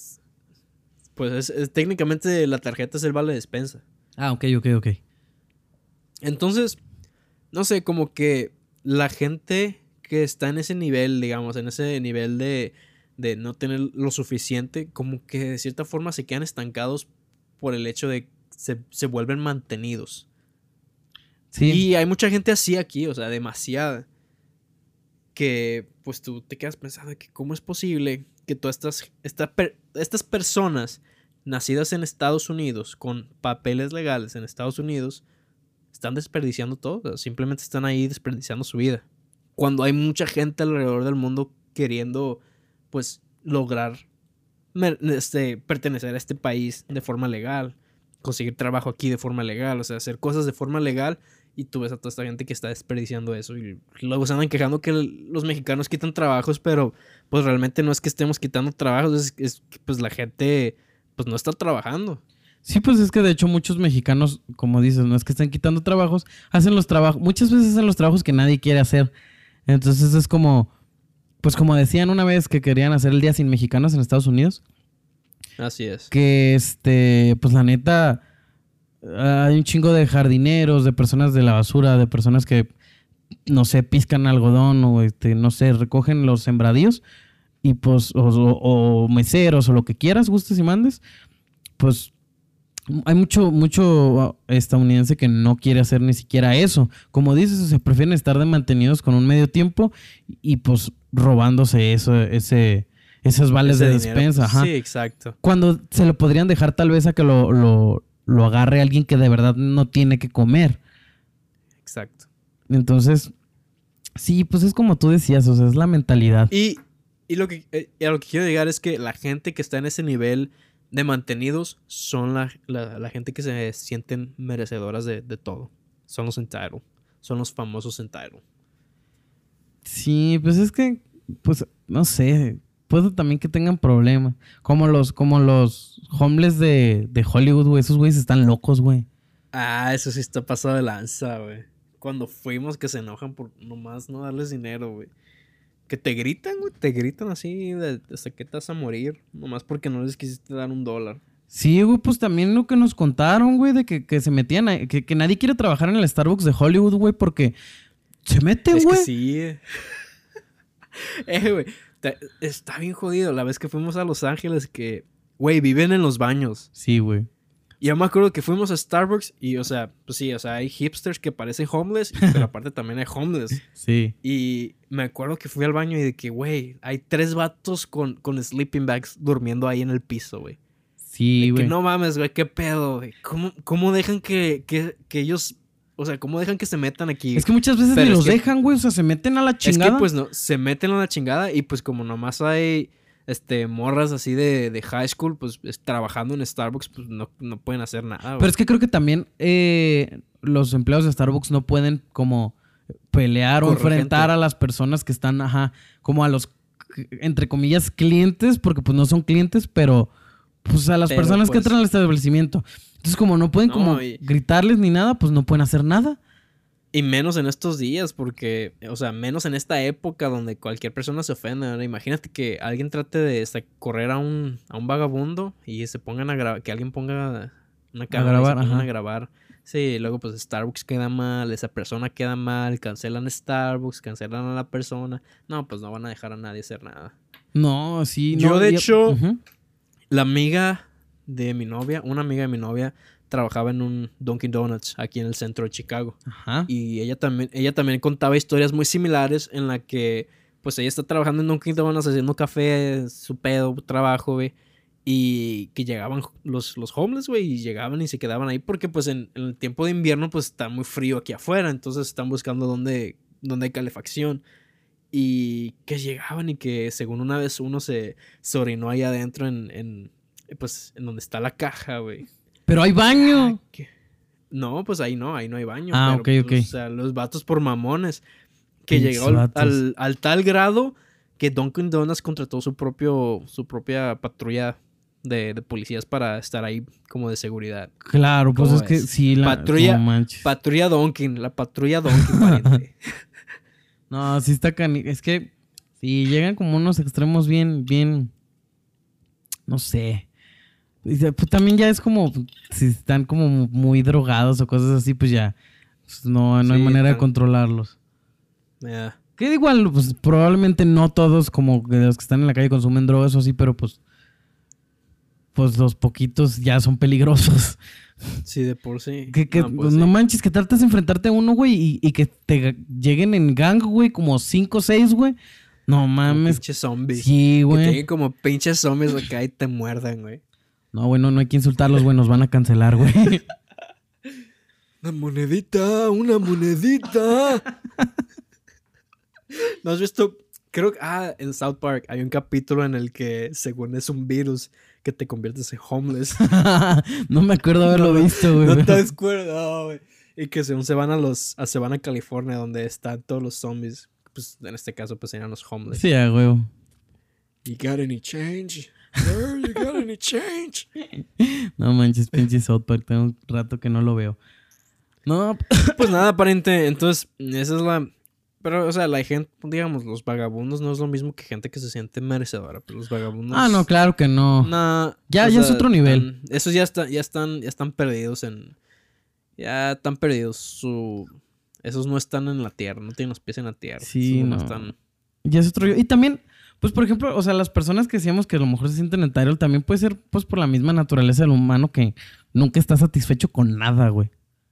pues es, es, técnicamente la tarjeta es el vale de despensa. Ah, ok, ok, ok. Entonces, no sé, como que la gente que está en ese nivel, digamos, en ese nivel de, de no tener lo suficiente, como que de cierta forma se quedan estancados por el hecho de que se, se vuelven mantenidos. Sí. Y hay mucha gente así aquí, o sea, demasiada. Que pues tú te quedas pensando que cómo es posible que todas estas, esta per, estas personas nacidas en Estados Unidos, con papeles legales en Estados Unidos, están desperdiciando todo. O sea, simplemente están ahí desperdiciando su vida. Cuando hay mucha gente alrededor del mundo queriendo, pues, lograr este, pertenecer a este país de forma legal, conseguir trabajo aquí de forma legal, o sea, hacer cosas de forma legal. Y tú ves a toda esta gente que está desperdiciando eso. Y luego se andan quejando que el, los mexicanos quitan trabajos, pero pues realmente no es que estemos quitando trabajos, es, es que pues la gente pues no está trabajando. Sí, pues es que de hecho muchos mexicanos, como dices, no es que estén quitando trabajos, hacen los trabajos, muchas veces hacen los trabajos que nadie quiere hacer. Entonces es como, pues como decían una vez que querían hacer el Día Sin Mexicanos en Estados Unidos. Así es. Que este, pues la neta, hay un chingo de jardineros, de personas de la basura, de personas que, no sé, pizcan algodón o este, no sé, recogen los sembradíos y pues, o, o, o meseros o lo que quieras, gustes y mandes, pues hay mucho, mucho estadounidense que no quiere hacer ni siquiera eso. Como dices, o sea, prefieren estar de mantenidos con un medio tiempo y pues robándose eso, ese, esos vales Ese de dinero, despensa. pues, Ajá. sí, exacto. Cuando se lo podrían dejar tal vez a que lo, lo, lo agarre alguien que de verdad no tiene que comer. Exacto. Entonces, sí, pues es como tú decías, o sea, es la mentalidad. Y, y lo que, eh, a lo que quiero llegar es que la gente que está en ese nivel de mantenidos son la, la, la gente que se sienten merecedoras de, de todo. Son los entitled. Son los famosos entitled. Sí, pues es que, pues, no sé, puede también que tengan problemas. Como los, como los homeless de, de Hollywood, güey. Esos güeyes están locos, güey. Ah, eso sí está pasado de lanza, güey. Cuando fuimos que se enojan por nomás no darles dinero, güey. Que te gritan, güey. Te gritan así de, hasta que te vas a morir. Nomás porque no les quisiste dar un dólar. Sí, güey, pues también lo que nos contaron, güey, de que, que se metían, a, que, que nadie quiere trabajar en el Starbucks de Hollywood, güey, porque se meten, güey. Es que sí. eh, güey. Está bien jodido. La vez que fuimos a Los Ángeles que güey, viven en los baños. Sí, güey. Y yo me acuerdo que fuimos a Starbucks y, o sea, pues sí, o sea, hay hipsters que parecen homeless, pero aparte también hay homeless. Sí. Y me acuerdo que fui al baño y de que, güey, hay tres vatos con, con sleeping bags durmiendo ahí en el piso, güey. Sí, güey. Que no mames, güey, qué pedo, güey. ¿Cómo, cómo dejan que, que, que ellos, o sea, cómo dejan que se metan aquí? Es que muchas veces Pero ni es los que- dejan, güey. O sea, se meten a la chingada. Es que, pues, no, se meten a la chingada y, pues, como nomás hay, este, morras así de, de high school, pues, es- trabajando en Starbucks, pues, no, no pueden hacer nada, güey. Pero es que creo que también eh, los empleados de Starbucks no pueden como pelear o Correr enfrentar gente. a las personas que están, ajá, como a los, entre comillas, clientes, porque pues no son clientes, pero pues a las Pero, personas que pues- entran al establecimiento. Entonces como no pueden No, como y- gritarles ni nada, pues no pueden hacer nada. Y menos en estos días, porque, o sea, menos en esta época donde cualquier persona se ofende, ¿verdad? Imagínate que alguien trate de este, correr a un, a un vagabundo y se pongan a grabar, que alguien ponga una cámara y grabar, se pongan ajá. a grabar. Sí, luego pues Starbucks queda mal, esa persona queda mal, cancelan Starbucks, cancelan a la persona. No, pues no van a dejar a nadie hacer nada. No, sí. Yo, no, de y- hecho- ujú. La amiga de mi novia, una amiga de mi novia, trabajaba en un Dunkin' Donuts aquí en el centro de Chicago. Ajá. Y ella también, ella también contaba historias muy similares en la que, pues ella está trabajando en Dunkin' Donuts haciendo café, su pedo, trabajo, güey. Y que llegaban los, los homeless, güey, y llegaban y se quedaban ahí porque, pues, en, en el tiempo de invierno, pues, está muy frío aquí afuera. Entonces están buscando dónde, dónde hay calefacción. Y que llegaban y que, según una vez, uno se, se orinó ahí adentro en, en, pues, en donde está la caja, güey. Pero hay baño. Ah, ¿qué? No, pues ahí no, ahí no hay baño. Ah, pero, ok, pues, ok. O sea, los vatos por mamones. Que Pinches llegó al, vatos. al, al tal grado que Dunkin' Donuts contrató su propio, su propia patrulla de, de policías para estar ahí como de seguridad. Claro, pues ¿Cómo es que ves? sí, la Patrulla- no manches. Patrulla Dunkin', la patrulla Dunkin', pariente. No, sí está cani... Es que sí, llegan como unos extremos bien, bien... No sé. Y se- pues también ya es como... Si están como muy drogados o cosas así, pues ya... pues no, no hay Sí, manera de tan- controlarlos. Ya. Que igual, pues probablemente no todos como que los que están en la calle consumen drogas o así, pero pues... Pues los poquitos ya son peligrosos. Sí, de por sí. Que, que, No, no, pues sí. manches, que tratas de enfrentarte a uno, güey, y, y que te lleguen en gang, güey, como cinco o seis, güey. No Como mames. pinches zombies. Sí, Que güey. tienen como pinches zombies acá y te muerdan, güey. No, güey, no, no hay que insultarlos, güey, nos van a cancelar, güey. Una monedita, una monedita. ¿No has visto? Creo que, ah, en South Park hay un capítulo en el que, según es un virus, que te conviertes en homeless. No me acuerdo haberlo No, visto, güey. No te pero- acuerdas, güey. Y que según se van a los, a, se van a California, donde están todos los zombies. Pues en este caso, pues serían los homeless. Sí, a huevo. You got any change? Sir, you got any change? No manches, pinche South Park, tengo un rato que no lo veo. No, Pues nada, aparente. Entonces, esa es la. Pero, o sea, la gente, digamos, los vagabundos no es lo mismo que gente que se siente merecedora. Pero los vagabundos. ah, no, claro que no. Nah, Ya- o ya es sea, otro nivel. están- esos ya, está, ya, están, ya están perdidos en. Ya están perdidos. Su. Esos no están en la tierra, no tienen los pies en la tierra. Sí, Esos no. están. Ya es otro. Y también, pues, por ejemplo, o sea, las personas que decíamos que a lo mejor se sienten entitled también puede ser, pues, por la misma naturaleza del humano que nunca está satisfecho con nada, güey.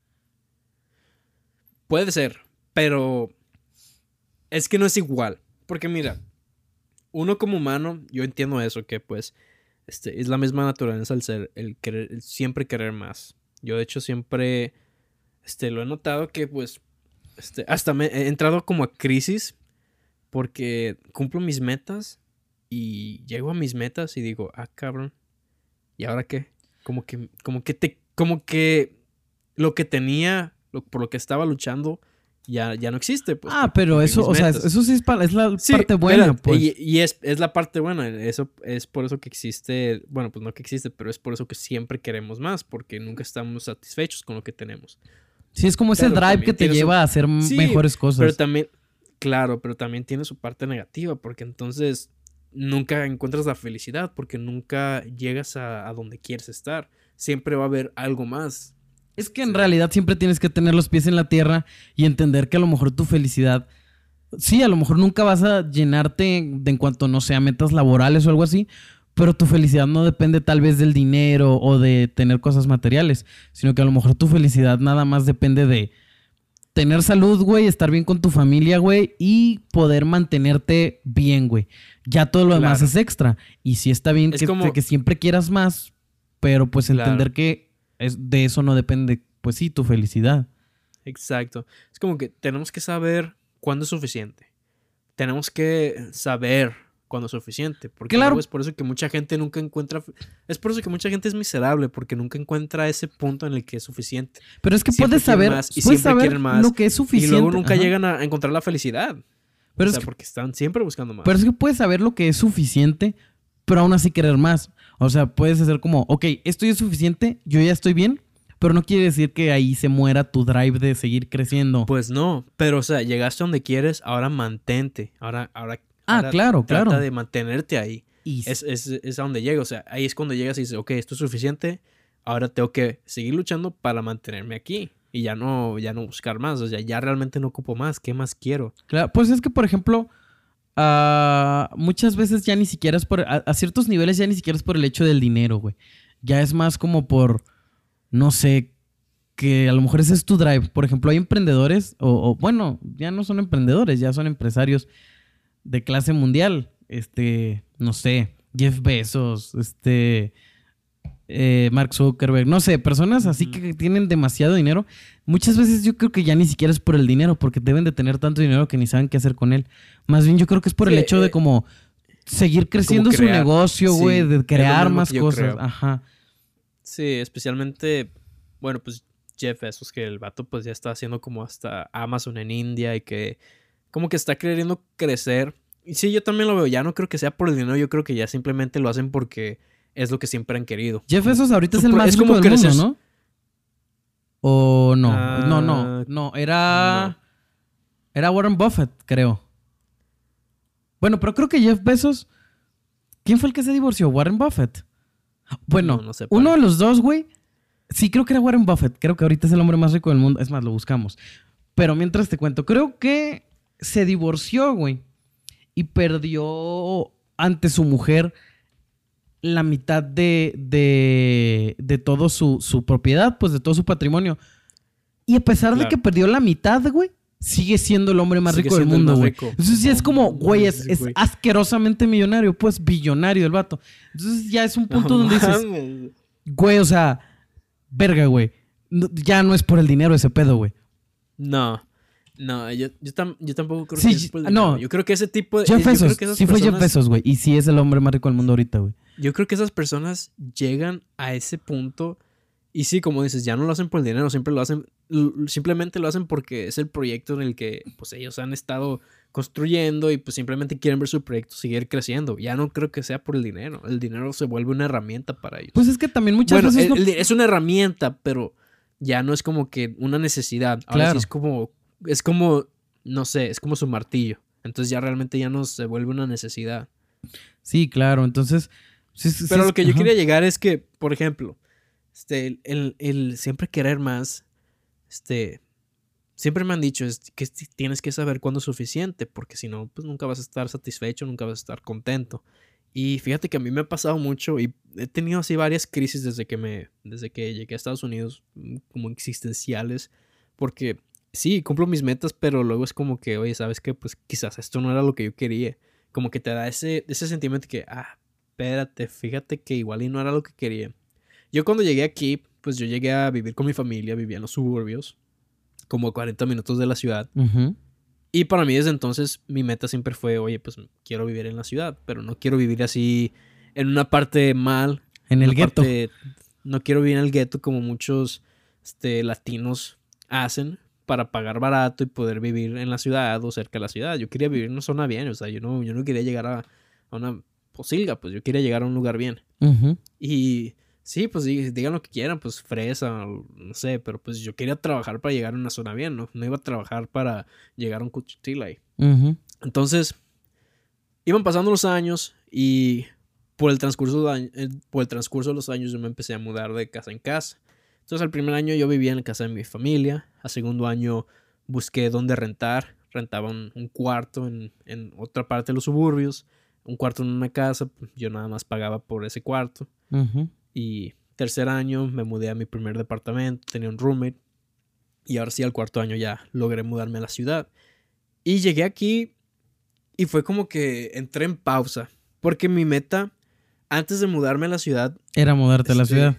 Puede ser, pero. Es que no es igual. Porque mira, uno como humano, yo entiendo eso, que pues. Este, es la misma naturaleza el ser, el querer, el siempre querer más. Yo, de hecho, siempre. Este, lo he notado que, pues. Este, hasta me he entrado como a crisis. Porque cumplo mis metas. Y llego a mis metas y digo, ah, cabrón. ¿Y ahora qué? Como que, como que te, como que lo que tenía, lo- por lo que estaba luchando, ya, ya no existe. Pues, ah, porque pero cumplí eso, mis o sea, metas. eso sí es, para, es la Sí, parte buena, espérate, pues. Y, y es, es la parte buena. Eso es por eso que existe. Bueno, pues no que existe, pero es por eso que siempre queremos más. Porque nunca estamos satisfechos con lo que tenemos. Sí, es como ese pero drive también que te tiene su- lleva a hacer m- Sí, mejores cosas. Pero también, claro, pero también tiene su parte negativa. Porque entonces nunca encuentras la felicidad. Porque nunca llegas a, a donde quieres estar. Siempre va a haber algo más. Es que en realidad siempre tienes que tener los pies en la tierra y entender que a lo mejor tu felicidad... Sí, a lo mejor nunca vas a llenarte de en cuanto, no sé, a metas laborales o algo así, Pero tu felicidad no depende tal vez del dinero o de tener cosas materiales, sino que a lo mejor tu felicidad nada más depende de tener salud, güey, estar bien con tu familia, güey, y poder mantenerte bien, güey. Ya todo lo demás Claro. es extra. Y sí está bien Es que, como- que siempre quieras más, pero pues Claro. entender que es, de eso no depende, pues sí, tu felicidad. Exacto. Es como que tenemos que saber cuándo es suficiente. Tenemos que saber cuándo es suficiente. Porque Claro. luego es por eso que mucha gente nunca encuentra... Es por eso que mucha gente es miserable, porque nunca encuentra ese punto en el que es suficiente. Pero es que Siempre puedes quieren saber, más y puedes siempre saber quieren más, lo que es Y suficiente. luego nunca Ajá. llegan a encontrar la felicidad. Pero o es sea, que- porque están siempre buscando más. Pero es que puedes saber lo que es suficiente, pero aún así querer más. O sea, puedes hacer como, ok, esto ya es suficiente, yo ya estoy bien, pero no quiere decir que ahí se muera tu drive de seguir creciendo. Pues no, pero o sea, llegaste donde quieres, ahora mantente. Ahora, ahora, Ah, ahora claro, trata claro. de mantenerte ahí. Y Es, es, es a donde llega. O sea, ahí es cuando llegas y dices, ok, esto es suficiente. Ahora tengo que seguir luchando para mantenerme aquí. Y ya no, ya no buscar más. O sea, ya realmente no ocupo más. ¿Qué más quiero? claro, pues es que, por ejemplo, ah, muchas veces ya ni siquiera es por, a, a ciertos niveles ya ni siquiera es por el hecho del dinero, güey. Ya es más como por, no sé, que a lo mejor ese es tu drive. Por ejemplo, hay emprendedores, o, o, bueno, ya no son emprendedores, ya son empresarios de clase mundial. Este, no sé, Jeff Bezos, este, eh, Mark Zuckerberg, no sé, personas así Ujú. que tienen demasiado dinero. Muchas veces yo creo que ya ni siquiera es por el dinero, porque deben de tener tanto dinero que ni saben qué hacer con él. Más bien yo creo que es por el Sí, hecho de eh, como seguir creciendo su crear. negocio, Sí, güey, es de lo crear mismo más que yo cosas. creo. Ajá. Sí, especialmente, bueno, pues Jeff Bezos, que el vato pues ya está haciendo como hasta Amazon en India y que como que está queriendo crecer. Y sí, yo también lo veo. Ya no creo que sea por el dinero, yo creo que ya simplemente lo hacen porque es lo que siempre han querido. Jeff Bezos ahorita Su es el pro- más es rico como del mundo, crecer- ¿no? O no, Ah, no, no, no, era no. era Warren Buffett, creo. Bueno, pero creo que Jeff Bezos, ¿quién fue el que se divorció? Warren Buffett. Bueno, No, no sé, uno padre. de los dos, güey. Sí, creo que era Warren Buffett. Creo que ahorita es el hombre más rico del mundo. Es más, lo buscamos. Pero mientras te cuento, creo que se divorció, güey. Y perdió ante su mujer la mitad de, de, de todo su, su propiedad, pues de todo su patrimonio. Y a pesar de Claro. que perdió la mitad, güey, sigue siendo el hombre más Sigue rico del siendo el mundo, más güey. rico. Entonces ya No es como, güey, es, mames, es güey. asquerosamente millonario, pues billonario el vato. Entonces ya es un punto No donde dices, mames. güey, o sea, verga, güey. No- ya no es por el dinero ese pedo, güey. No. No, yo, yo, tam- yo tampoco creo Sí, que es por el dinero. no. Yo creo que ese tipo de... Jeff yo creo Bezos, que esas sí fue Jeff personas- Bezos, güey. Y sí es el hombre más rico del mundo ahorita, güey. Yo creo que esas personas llegan a ese punto y sí, como dices, ya no lo hacen por el dinero, siempre lo hacen, l- simplemente lo hacen porque es el proyecto en el que pues ellos han estado construyendo y pues simplemente quieren ver su proyecto seguir creciendo. Ya no creo que sea por el dinero, el dinero se vuelve una herramienta para ellos. Pues es que también muchas bueno, veces el- no- el di- es una herramienta, pero ya no es como que una necesidad. Ahora Claro. sí es como, es como, no sé, es como su martillo. Entonces ya realmente ya no se vuelve una necesidad. Sí, claro. Entonces... sí, sí, Pero sí, lo que yo ajá. quería llegar es que, por ejemplo, este, el, el- el siempre querer más, este, siempre me han dicho es que t- tienes que saber cuándo es suficiente, porque si no, pues nunca vas a estar satisfecho, nunca vas a estar contento. Y fíjate que a mí me ha pasado mucho y he tenido así varias crisis desde que me, desde que llegué a Estados Unidos, mm, como existenciales, porque sí, cumplo mis metas, pero luego es como que, oye, ¿sabes qué? Pues quizás esto no era lo que yo quería. Como que te da ese, ese sentimiento que, ah, espérate, fíjate que igual y no era lo que quería. Yo cuando llegué aquí, pues yo llegué a vivir con mi familia, vivía en los suburbios, como a cuarenta minutos de la ciudad. Ujú. Y para mí desde entonces mi meta siempre fue, oye, pues quiero vivir en la ciudad, pero no quiero vivir así en una parte mal. En el una gueto. parte- no quiero vivir en el gueto como muchos este, latinos hacen para pagar barato y poder vivir en la ciudad o cerca de la ciudad. Yo quería vivir en una zona bien, o sea, yo no, yo no quería llegar a, a una posilga, pues yo quería llegar a un lugar bien. Ujú. Y sí, pues dí- digan lo que quieran, pues fresa, o no sé, pero pues yo quería trabajar para llegar a una zona bien, ¿no? No iba a trabajar para llegar a un cuchitila ahí. Ujú. Entonces, iban pasando los años y por el transcurso de, año- eh, por el transcurso de los años yo me empecé a mudar de casa en casa. Entonces, al primer año yo vivía en la casa de mi familia, al segundo año busqué dónde rentar, rentaba un, un cuarto en, en otra parte de los suburbios. un cuarto en una casa, yo nada más pagaba por ese cuarto. Uh-huh. Y tercer año me mudé a mi primer departamento, tenía un roommate. Y ahora sí, al cuarto año ya logré mudarme a la ciudad. Y llegué aquí y fue como que entré en pausa. Porque mi meta, antes de mudarme a la ciudad... Era mudarte este, a la ciudad.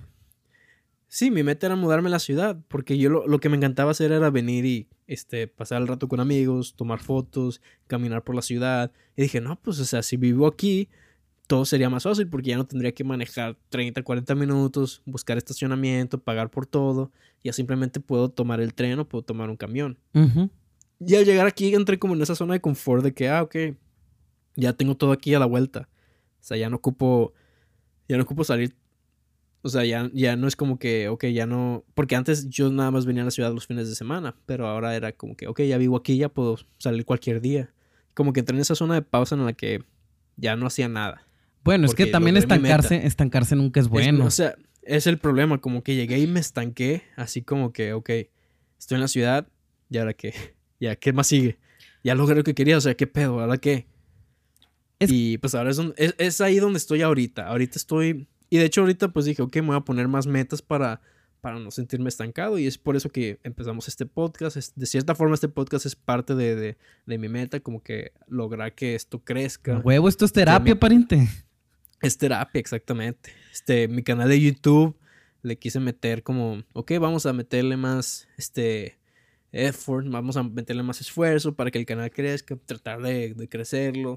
Sí, mi meta era mudarme a la ciudad. Porque yo lo, lo que me encantaba hacer era venir y este, pasar el rato con amigos, tomar fotos, caminar por la ciudad. Y dije, no, pues o sea, si vivo aquí, todo sería más fácil porque ya no tendría que manejar treinta, cuarenta minutos, buscar estacionamiento, pagar por todo. Ya simplemente puedo tomar el tren o puedo tomar un camión. Uh-huh. Y al llegar aquí entré como en esa zona de confort de que, ah, ok, ya tengo todo aquí a la vuelta. O sea, ya no ocupo, ya no ocupo salir. O sea, ya, ya no es como que, ok, ya no... Porque antes yo nada más venía a la ciudad los fines de semana, pero ahora era como que, ok, ya vivo aquí, ya puedo salir cualquier día. Como que entré en esa zona de pausa en la que ya no hacía nada. Bueno, es que también estancarse, estancarse nunca es bueno. Es, o sea, es el problema, como que llegué y me estanqué, así como que, ok, estoy en la ciudad, ¿y ahora qué? ¿Ya qué más sigue? Ya logré lo que quería, o sea, ¿qué pedo? ¿Ahora qué? Es... Y pues ahora es, un, es, es ahí donde estoy ahorita. Ahorita estoy... Y de hecho ahorita pues dije, ok, me voy a poner más metas para, para no sentirme estancado. Y es por eso que empezamos este podcast. Es, de cierta forma este podcast es parte de, de, de mi meta, como que lograr que esto crezca. Huevo, esto es terapia, mi... pariente. Es terapia, exactamente. Este, mi canal de YouTube le quise meter como, ok, vamos a meterle más, este, effort, vamos a meterle más esfuerzo para que el canal crezca, tratar de, de crecerlo.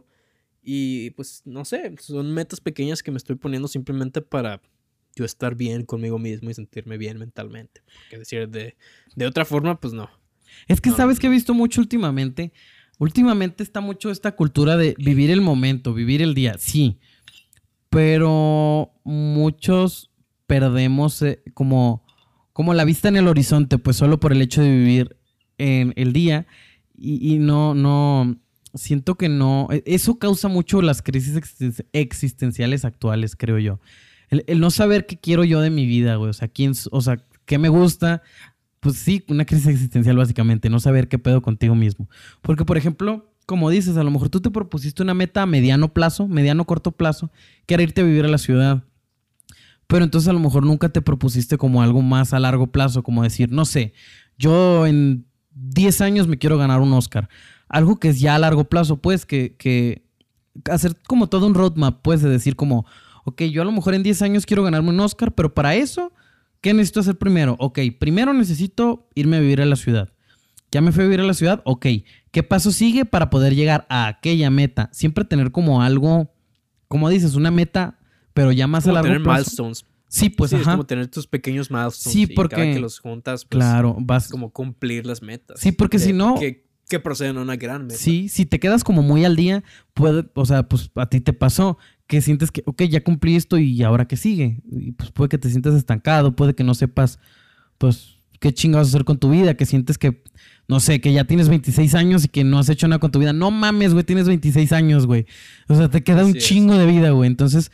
Y pues, no sé, son metas pequeñas que me estoy poniendo simplemente para yo estar bien conmigo mismo y sentirme bien mentalmente. Porque decir, de, de otra forma, pues no. Es que no, sabes no. que he visto mucho últimamente. Últimamente está mucho esta cultura de vivir el momento, vivir el día. Sí, pero muchos perdemos eh, como, como la vista en el horizonte, pues solo por el hecho de vivir en el día. Y, y no, no... Siento que no... Eso causa mucho las crisis existenciales actuales, creo yo. El, el no saber qué quiero yo de mi vida, güey. O sea, quién, o sea, qué me gusta. Pues sí, una crisis existencial básicamente. No saber qué pedo contigo mismo. Porque, por ejemplo, como dices, a lo mejor tú te propusiste una meta a mediano plazo, mediano corto plazo, que era irte a vivir a la ciudad. Pero entonces a lo mejor nunca te propusiste como algo más a largo plazo. Como decir, no sé, yo en diez años me quiero ganar un Oscar. Algo que es ya a largo plazo, pues, que, que hacer como todo un roadmap, pues, de decir como, ok, yo a lo mejor en diez años quiero ganarme un Oscar, pero para eso, ¿qué necesito hacer primero? Ok, primero necesito irme a vivir a la ciudad. Ya me fui a vivir a la ciudad, ok. ¿Qué paso sigue para poder llegar a aquella meta? Siempre tener como algo, como dices, una meta, pero ya más como a largo tener plazo. Milestones. Sí, pues, sí, ajá. Es como tener tus pequeños milestones. Sí, y porque... cada que los juntas, pues, claro, vas... como cumplir las metas. Sí, porque de, si no... Que, que proceden a una gran meta. Sí, si te quedas como muy al día, puede, o sea, pues a ti te pasó que sientes que, ok, ya cumplí esto y ahora qué sigue. Y pues puede que te sientas estancado, puede que no sepas, pues, qué chingados hacer con tu vida, que sientes que, no sé, que ya tienes veintiséis años y que no has hecho nada con tu vida. No mames, güey, tienes veintiséis años, güey. O sea, te queda un Así chingo es. de vida, güey. Entonces...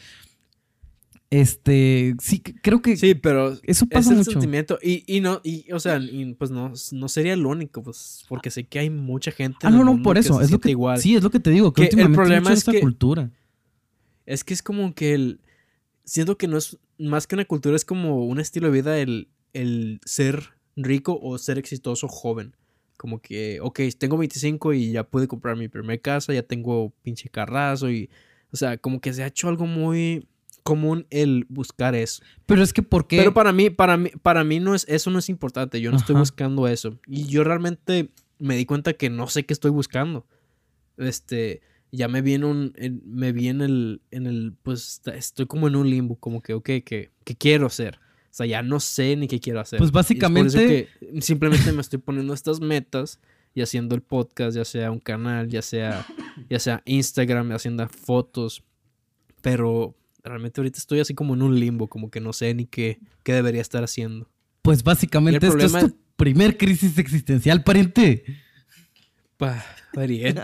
Este, sí, creo que sí, pero eso pasa es el mucho. sentimiento y, y no, y, o sea, y pues no, no sería el único, pues, porque sé que hay mucha gente. Ah, en no, el no, mundo por eso, que es lo que, igual. sí, es lo que te digo, que, que últimamente el problema mucho es esta que, cultura. Es que es como que el, siento que no es más que una cultura, es como un estilo de vida el, el ser rico o ser exitoso joven. Como que, ok, tengo veinticinco y ya pude comprar mi primer casa, ya tengo pinche carrazo y, o sea, como que se ha hecho algo muy común el buscar eso. Pero es que ¿por qué? Pero para mí, para mí, para mí no es, eso no es importante. Yo no Ajá. estoy buscando eso. Y yo realmente me di cuenta que no sé qué estoy buscando. Este, ya me vi en un, en, me vi en el, en el, pues estoy como en un limbo, como que, ok, ¿qué, qué quiero hacer? O sea, ya no sé ni qué quiero hacer. Pues básicamente... Y es por eso que simplemente me estoy poniendo estas metas y haciendo el podcast, ya sea un canal, ya sea, ya sea Instagram, haciendo fotos. Pero realmente ahorita estoy así como en un limbo, como que no sé ni qué, qué debería estar haciendo. Pues básicamente esto es tu primer crisis existencial, pariente. Pa, pariente.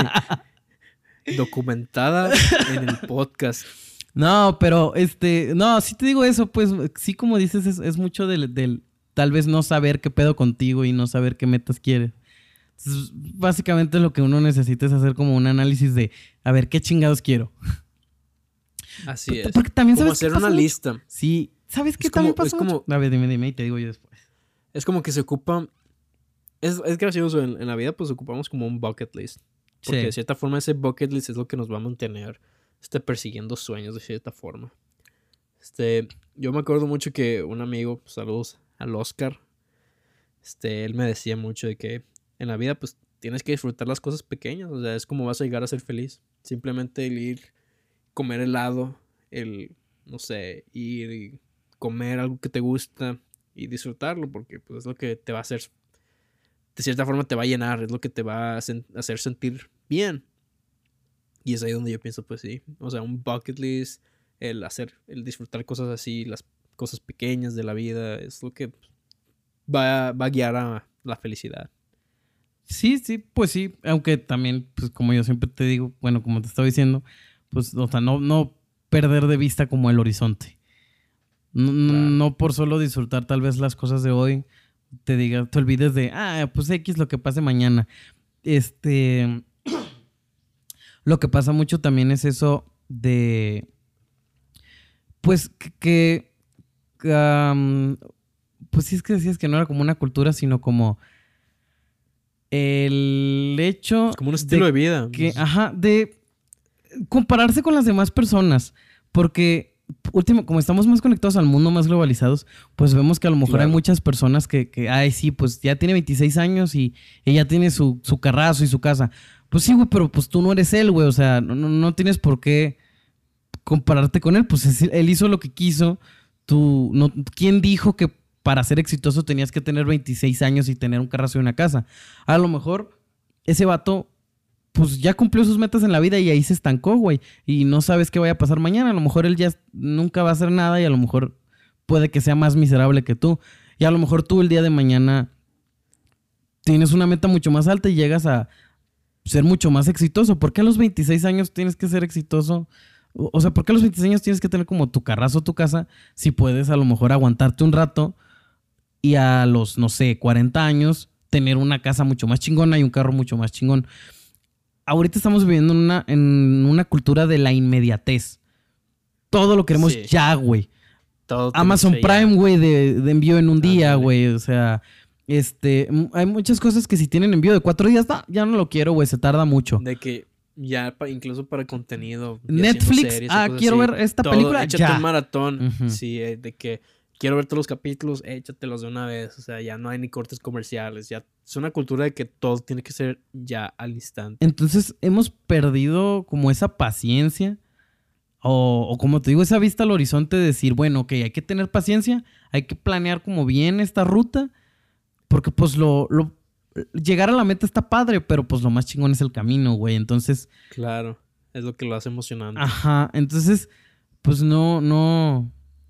Documentada en el podcast. No, pero este, no, sí te digo eso, pues sí, como dices, es, es mucho del, del tal vez no saber qué pedo contigo y no saber qué metas quieres. Entonces, básicamente lo que uno necesita es hacer como un análisis de, a ver, ¿qué chingados quiero? Así Porque- es. Porque también Como sabes qué hacer pasa una mucho? lista. Sí, ¿sabes qué Es también como- pasa es como- mucho? A ver, dime, dime y te digo yo después. Es como que se ocupa... Es, es gracioso, en, en la vida pues ocupamos como un bucket list. Porque Sí. de cierta forma ese bucket list es lo que nos va a mantener este, persiguiendo sueños de cierta forma. Este, yo me acuerdo mucho que un amigo, pues, saludos al Oscar, este, él me decía mucho de que en la vida pues tienes que disfrutar las cosas pequeñas, o sea, es como vas a llegar a ser feliz. Simplemente el ir, comer helado, el, no sé, ir y comer algo que te gusta y disfrutarlo, porque pues es lo que te va a hacer, de cierta forma te va a llenar, es lo que te va a sen- hacer sentir bien. Y es ahí donde yo pienso, pues sí, o sea, un bucket list, el hacer, el disfrutar cosas así, las cosas pequeñas de la vida, es lo que va, va a guiar a la felicidad. Sí, sí, pues sí, aunque también, pues como yo siempre te digo, bueno, como te estaba diciendo, pues, o sea, no, no perder de vista como el horizonte. No, no- Claro. no por solo disfrutar tal vez las cosas de hoy, te diga, te olvides de, ah, pues X lo que pase mañana. Este, lo que pasa mucho también es eso de, pues que, que, am, pues sí es que decías que no era como una cultura, sino como el hecho Es como un estilo de, vida. que, ajá, de compararse con las demás personas, porque último, como estamos más conectados al mundo, más globalizados, pues vemos que a lo mejor Claro. hay muchas personas que, que, ay, sí, pues ya tiene veintiséis años y ella tiene su, su carrazo y su casa. Pues sí, güey, pero pues tú no eres él, güey, o sea, no, no, no tienes por qué compararte con él, pues es- él hizo lo que quiso, tú, no, ¿quién dijo que para ser exitoso tenías que tener veintiséis años y tener un carrazo y una casa? A lo mejor ese vato pues ya cumplió sus metas en la vida y ahí se estancó, güey. Y no sabes qué vaya a pasar mañana. A lo mejor él ya nunca va a hacer nada y a lo mejor puede que sea más miserable que tú. Y a lo mejor tú el día de mañana tienes una meta mucho más alta y llegas a ser mucho más exitoso. ¿Por qué a los veintiséis años tienes que ser exitoso? O o sea, ¿por qué a los veintiséis años tienes que tener como tu carrazo, tu casa, si puedes a lo mejor aguantarte un rato y a los, no sé, cuarenta años tener una casa mucho más chingona y un carro mucho más chingón? Ahorita estamos viviendo en una, en una cultura de la inmediatez. Todo lo queremos Sí. ya, güey. Todo tiene Amazon que ser ya. Prime, güey, de, de envío en un día, Ándale. güey. O sea, este, m- hay muchas cosas que si tienen envío de cuatro días, no, ya no lo quiero, güey, se tarda mucho. De que ya pa- incluso para contenido. y haciendo Netflix, series y ah, cosas quiero así, ver esta todo, película, échate ya. un maratón. Ujú. Sí, eh, de que quiero ver todos los capítulos, échatelos de una vez. O sea, ya no hay ni cortes comerciales. Ya es una cultura de que todo tiene que ser ya al instante. Entonces hemos perdido como esa paciencia o, o como te digo, esa vista al horizonte de decir, bueno, ok, hay que tener paciencia, hay que planear como bien esta ruta, porque pues lo, lo llegar a la meta está padre, pero pues lo más chingón es el camino, güey. Entonces, Claro, es lo que lo hace emocionante. ajá, entonces, pues no, no.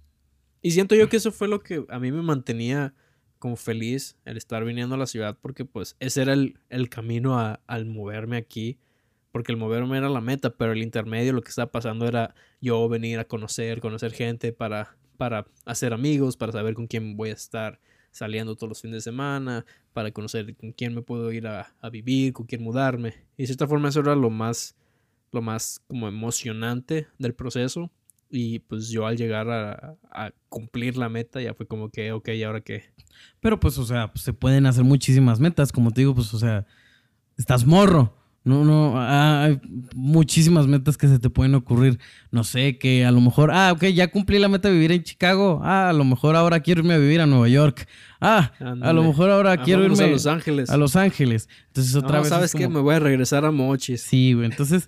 Y siento yo que eso fue lo que a mí me mantenía como feliz, el estar viniendo a la ciudad, porque pues ese era el, el camino a- al moverme aquí, porque el moverme era la meta, pero el intermedio lo que estaba pasando era yo venir a conocer, conocer gente para, para hacer amigos, para saber con quién voy a estar saliendo todos los fines de semana, para conocer con quién me puedo ir a, a vivir, con quién mudarme. Y de cierta forma eso era lo más, lo más como emocionante del proceso. Y pues yo al llegar a, a cumplir la meta ya fue como que, ok, ¿y ahora qué? Pero pues, o sea, pues, se pueden hacer muchísimas metas, como te digo, pues, o sea, estás morro. No, no, ah, hay muchísimas metas que se te pueden ocurrir. No sé, que a lo mejor, ah, ok, ya cumplí la meta de vivir en Chicago. Ah, a lo mejor ahora quiero irme a vivir a Nueva York. Ah, a Ándale. lo mejor ahora Ah, quiero vámonos irme a Los Ángeles. a Los Ángeles. Entonces otra No, vez ¿sabes es qué? como- Me voy a regresar a Mochis. Sí, güey. Entonces,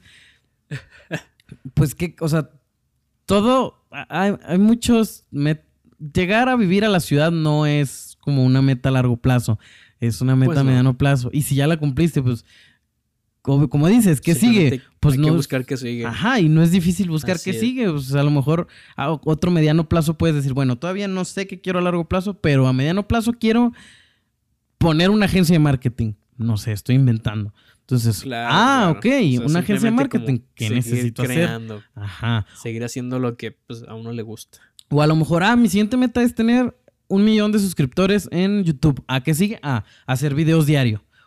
pues que, o sea, todo, hay, hay muchos, met- llegar a vivir a la ciudad no es como una meta a largo plazo, es una meta Pues a no. mediano plazo. Y si ya la cumpliste, pues, como, como dices, ¿qué Simplemente sigue? Pues hay no. que buscar qué sigue. Ajá, y no es difícil buscar Así qué es. sigue. Pues a lo mejor a otro mediano plazo puedes decir, bueno, todavía no sé qué quiero a largo plazo, pero a mediano plazo quiero poner una agencia de marketing. No sé, estoy inventando. Entonces, Claro, ah, claro. ok, O sea, una agencia de simplemente marketing. como ¿Qué seguir necesito hacer? creando, Ajá. seguir haciendo lo que pues, a uno le gusta. O a lo mejor, ah, mi siguiente meta es tener un millón de suscriptores en YouTube. ¿A qué sigue? Ah, hacer videos diario.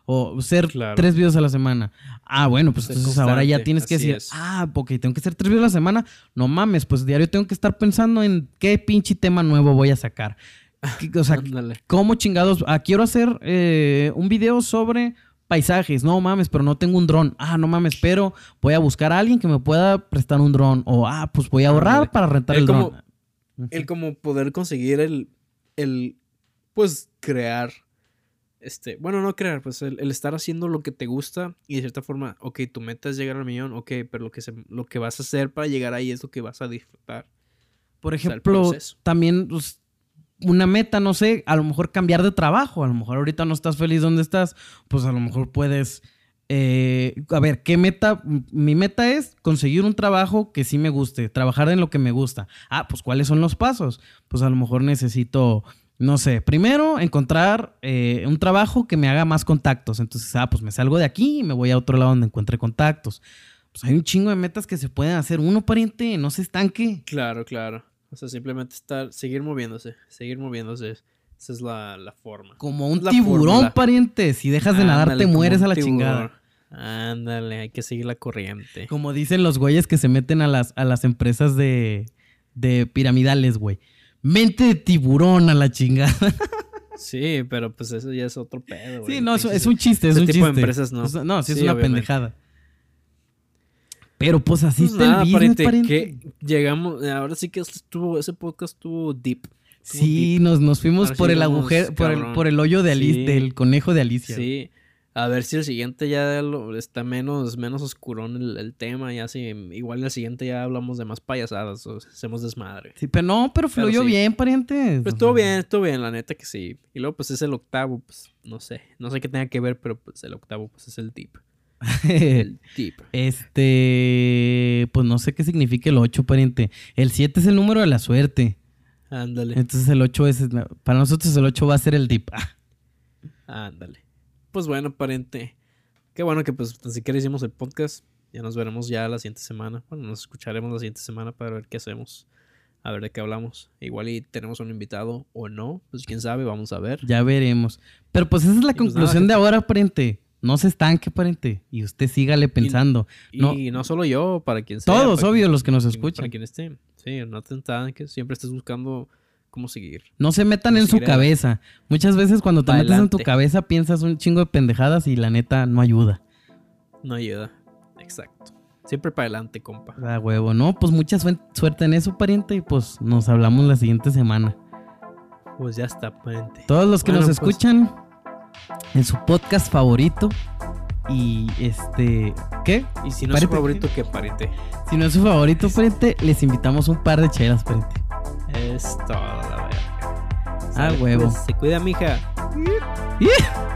O ser Claro. tres videos a la semana. Ah, bueno, pues Ser entonces ahora ya constante, tienes que así decir, es. ah, ok, tengo que hacer tres videos a la semana. No mames, pues diario tengo que estar pensando en qué pinche tema nuevo voy a sacar. ¿Qué- O sea, Ándale. ¿cómo chingados? Ah, quiero hacer eh, un video sobre paisajes. No mames, pero no tengo un dron. Ah, no mames, pero voy a buscar a alguien que me pueda prestar un dron. O, ah, pues voy a ahorrar Ándale. para rentar El el como- dron. El como poder conseguir el, el, pues, crear, este, bueno, no crear, pues, el, el estar haciendo lo que te gusta y de cierta forma, ok, tu meta es llegar al millón, ok, pero lo que, se, lo que vas a hacer para llegar ahí es lo que vas a disfrutar. Por O sea, el ejemplo, proceso. también pues, una meta, no sé, a lo mejor cambiar de trabajo. A lo mejor ahorita no estás feliz donde estás, pues a lo mejor puedes... eh, a ver, ¿qué meta? M- Mi meta es conseguir un trabajo que sí me guste, trabajar en lo que me gusta. Ah, pues ¿cuáles son los pasos? Pues a lo mejor necesito, no sé, primero encontrar eh, un trabajo que me haga más contactos. Entonces, ah, pues me salgo de aquí y me voy a otro lado donde encuentre contactos. Pues hay un chingo de metas que se pueden hacer. Uno, pariente, no se estanque. Claro, claro. O sea, simplemente estar, seguir moviéndose, seguir moviéndose. Esa es la, la forma. Como un La tiburón, fórmula. pariente. Si dejas de nadar, Ándale, te como mueres un a la tiburón. chingada. Ándale, hay que seguir la corriente. Como dicen los güeyes que se meten a las, a las empresas de, de piramidales, güey. Mente de tiburón a la chingada. Sí, pero pues eso ya es otro pedo, güey. Sí, no, es, Pinches- es un chiste, es ese un tipo chiste. de empresas no. O sea, no, sí es Sí, una obviamente. pendejada. Pero pues así Pues está nada, el business, pariente, pariente. que llegamos, ahora sí que estuvo, ese podcast estuvo deep. Estuvo Sí, deep. nos, nos fuimos Ahora sí por el llegamos, agujero, por el, cabrón. por el hoyo de Alicia, Sí. del conejo de Alicia. Sí, a ver si el siguiente ya lo- está menos, menos oscurón el, el tema, ya si igual el siguiente ya hablamos de más payasadas, o sea, hacemos desmadre. Sí, pero no, pero Pero fluyó sí. bien, pariente. Pero O estuvo sea, bien, estuvo bien, la neta que sí. Y luego pues es el octavo, pues no sé, no sé qué tenga que ver, pero pues el octavo pues es el deep. El deep. Este, pues no sé qué significa el ocho, pariente. El siete es el número de la suerte. Ándale, Entonces el ocho es, para nosotros el ocho va a ser el dip. Ah, ándale. Pues bueno, pariente. Qué bueno que pues tan siquiera hicimos el podcast. Ya nos veremos ya la siguiente semana. Bueno, nos escucharemos la siguiente semana para ver qué hacemos. A ver de qué hablamos. Igual y tenemos un invitado o no. Pues quién sabe, vamos a ver. ya veremos. Pero pues esa es la Y pues conclusión nada, de ahora, pariente. No se estanque, pariente. Y usted sígale pensando. no, Y no solo yo, para quien sea. todos, para obvio, quien- los que nos Para escuchan. quien esté. Sí, no te que siempre estés buscando cómo seguir. No se metan Como en su seguir cabeza. Muchas veces cuando te Pa' metes en tu adelante. cabeza piensas un chingo de pendejadas y la neta no ayuda. No ayuda. Exacto. Siempre para adelante, compa. Ah, huevo. No, pues mucha suen- suerte en eso, pariente. Y pues nos hablamos la siguiente semana. Pues ya está, pariente. Todos los que Bueno, nos pues- escuchan en su podcast favorito. Y este, ¿qué? Y si no es su Pariente, favorito, ¿qué pariente? Si no es su favorito, pariente, les invitamos un par de chelas, pariente. Es toda la verga. Ah, Sale, huevo. pues, se cuida, mija. ¡Ih!